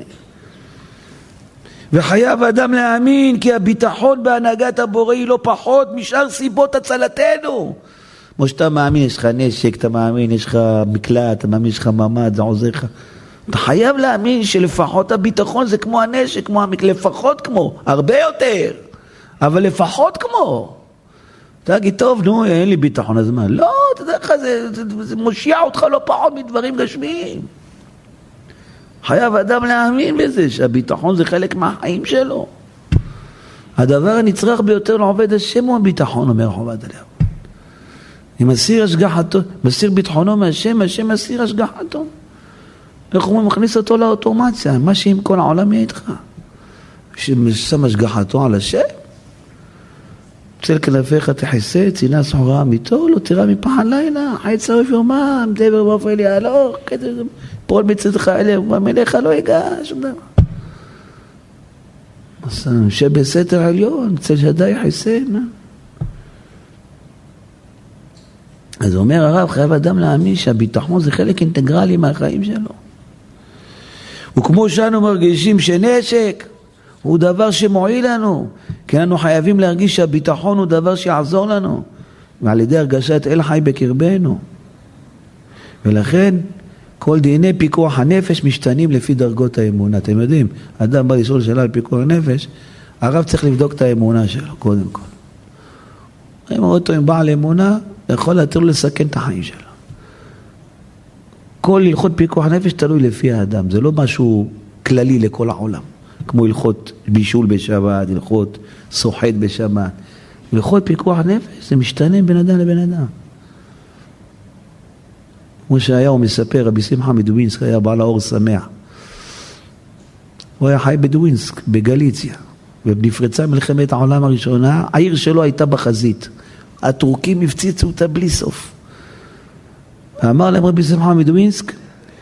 וחייב אדם להאמין כי הביטחון בהנהגת הבורא היא לא פחות משאר סיבות הצלתנו. כמו שאתה מאמין, יש לך נשק, אתה מאמין, יש לך מקלט, אתה מאמין, יש לך ממד, זה עוזר לך. אתה חייב להאמין שלפחות הביטחון זה כמו הנשק, כמו המקלט, לפחות כמו, הרבה יותר, אבל לפחות כמו. אתה תגיד, טוב, נו, אין לי ביטחון, אז מה? לא, אתה יודע לך, זה, זה, זה מושיע אותך לא פחות מדברים גשמיים. חייב אדם להאמין בזה, שהביטחון זה חלק מהחיים שלו. הדבר הנצרך ביותר לעובד השם הוא הביטחון, אומר חובת עליו. אם מסיר השגחתו, מסיר ביטחונו מהשם, השם מסיר השגחתו. איך הוא מכניס אותו לאוטומציה, מה שאם כל העולם יהיה איתך. ששם השגחתו על השם, צל כנפיך תחסה, צינה סחורה אמיתו, לא תירא מפחד לילה, חי צרף יומם, דבר ואופל יהלוך, פועל מצדך אליהם, ומלך לא ייגע, שום דבר. שבסתר עליון, צל שדי חסנה. אז אומר הרב, חייב אדם להאמין שהביטחון זה חלק אינטגרלי מהחיים שלו. וכמו שאנו מרגישים שנשק הוא דבר שמועיל לנו, כי אנחנו חייבים להרגיש שהביטחון הוא דבר שיעזור לנו, ועל ידי הרגשת אל חי בקרבנו. ולכן כל דיני פיקוח הנפש משתנים לפי דרגות האמונה. אתם יודעים, אדם בא לשאול שאלה על פיקוח הנפש, הרב צריך לבדוק את האמונה שלו קודם כל. אם אותו עם בעל אמונה, יכול להתיר לו לסכן את החיים שלו. כל הלכות פיקוח הנפש תלוי לפי האדם, זה לא משהו כללי לכל העולם, כמו הלכות בישול בשבת, הלכות סוחט בשבת. הלכות פיקוח הנפש זה משתנה בין אדם לבין אדם. כמו שהיה הוא מספר, רבי שמחה מדווינסק היה בעל האור שמח. הוא היה חי בדווינסק, בגליציה, ונפרצה מלחמת העולם הראשונה, העיר שלו הייתה בחזית. הטורקים הפציצו אותה בלי סוף. ואמר להם רבי שמחה מדווינסק,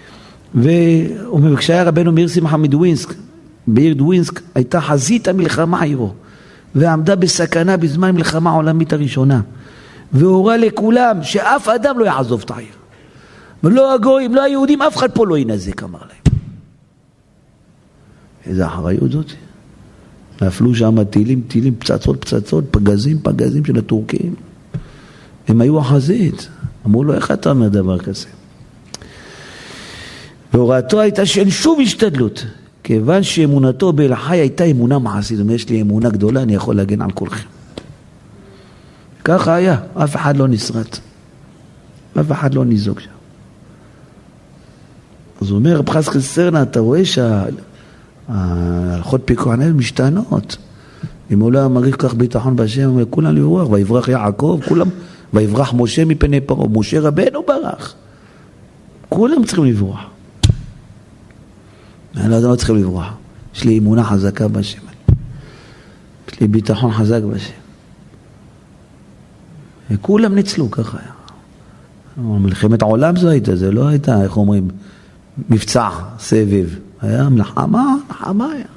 וכשהיה רבנו מאיר שמחה מדווינסק, בעיר דווינסק הייתה חזית המלחמה עירו, ועמדה בסכנה בזמן מלחמה העולמית הראשונה, והורה לכולם שאף אדם לא יעזוב את העיר. ולא הגויים, לא היהודים, אף אחד פה לא ינזק, אמר להם. איזה אחריות זאת? נפלו שם טילים, טילים, פצצות, פצצות, פגזים, פגזים של הטורקים. הם היו החזית. אמרו לו, איך אתה אומר דבר כזה? והוראתו הייתה שאין שוב השתדלות, כיוון שאמונתו באל החי הייתה אמונה מעשית. זאת אומרת, יש לי אמונה גדולה, אני יכול להגן על כולכם. ככה היה, אף אחד לא נשרט. אף אחד לא ניזוק שם. אז הוא אומר, רב חסקל סרנה, אתה רואה שההלכות פיקוח הנפש משתנות. אם הוא לא מרגיש כך ביטחון בשם, כולם לברוח, ויברח יעקב, כולם, ויברח משה מפני פרעה, משה רבנו ברח. כולם צריכים לברוח. אני לא צריכים לברוח. יש לי אמונה חזקה בשם. יש לי ביטחון חזק בשם. וכולם ניצלו, ככה היה. מלחמת העולם זו הייתה, זה לא הייתה, איך אומרים, מבצע, סבב. היה מלחמה, מלחמה היה.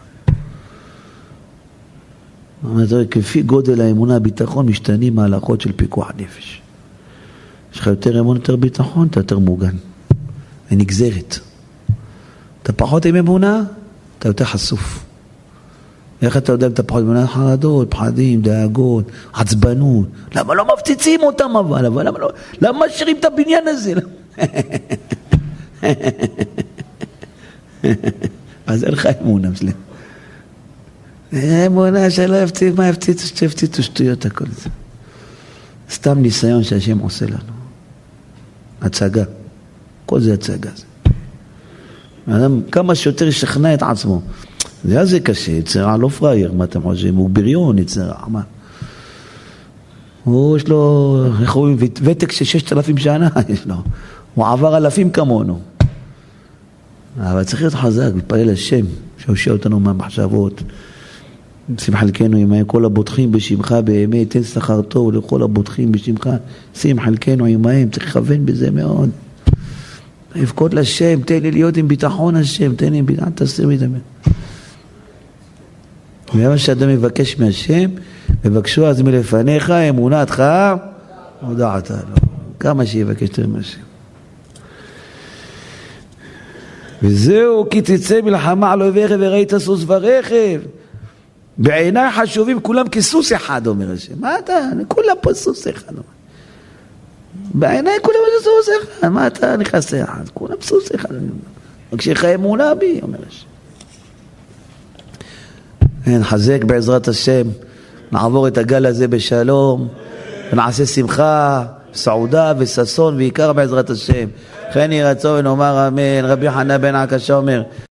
כפי גודל האמונה, הביטחון, משתנים ההלכות של פיקוח הנפש. יש לך יותר אמון, יותר ביטחון, אתה יותר מוגן. היא נגזרת. אתה פחות עם אמונה, אתה יותר חשוף. איך אתה יודע אם אתה פחות אמונה? חרדות, פחדים, דאגות, עצבנות. למה לא מפציצים אותם אבל? אבל למה לא? למה משאירים את הבניין הזה? אז אין לך אמונה שלהם. אמונה שלא יפציץ, מה יפציצו? שתפציצו שטויות הכל זה. סתם ניסיון שהשם עושה לנו. הצגה. כל זה הצגה. אדם כמה שיותר ישכנע את עצמו. זה היה זה קשה, יצרה לא פרייר, מה אתם חושבים? הוא בריון יצרה, מה? הוא יש לו, איך אומרים, ותק של ששת אלפים שנה יש לו. הוא עבר אלפים כמונו. אבל צריך להיות חזק, להתפלל השם, שהושיע אותנו מהמחשבות. שים חלקנו עמהם, כל הבוטחים בשמך באמת, תן שכר טוב לכל הבוטחים בשמך, שים חלקנו עמהם, צריך לכוון בזה מאוד. לבכות לשם, תן לי להיות עם ביטחון השם, תן לי עם ביטחון, תסיר מדבר. ומה שאדם מבקש מהשם, מבקשו אז מלפניך, אמונתך, הודעת לו. כמה שיבקש יותר מהשם. וזהו, כי תצא מלחמה על אויביך וראית סוס ורכב. בעיניי חשובים כולם כסוס אחד, אומר השם. מה אתה? כולם פה סוס אחד. בעיניי כולם סוס אחד. מה אתה נכנס לאחד? כולם סוס אחד. וכשך אמונה בי, אומר השם. נחזק בעזרת השם, נעבור את הגל הזה בשלום, ונעשה שמחה, סעודה וששון ועיקר בעזרת השם. כן יהי רצון ונאמר אמן. רבי חנן בן עקשיא אומר,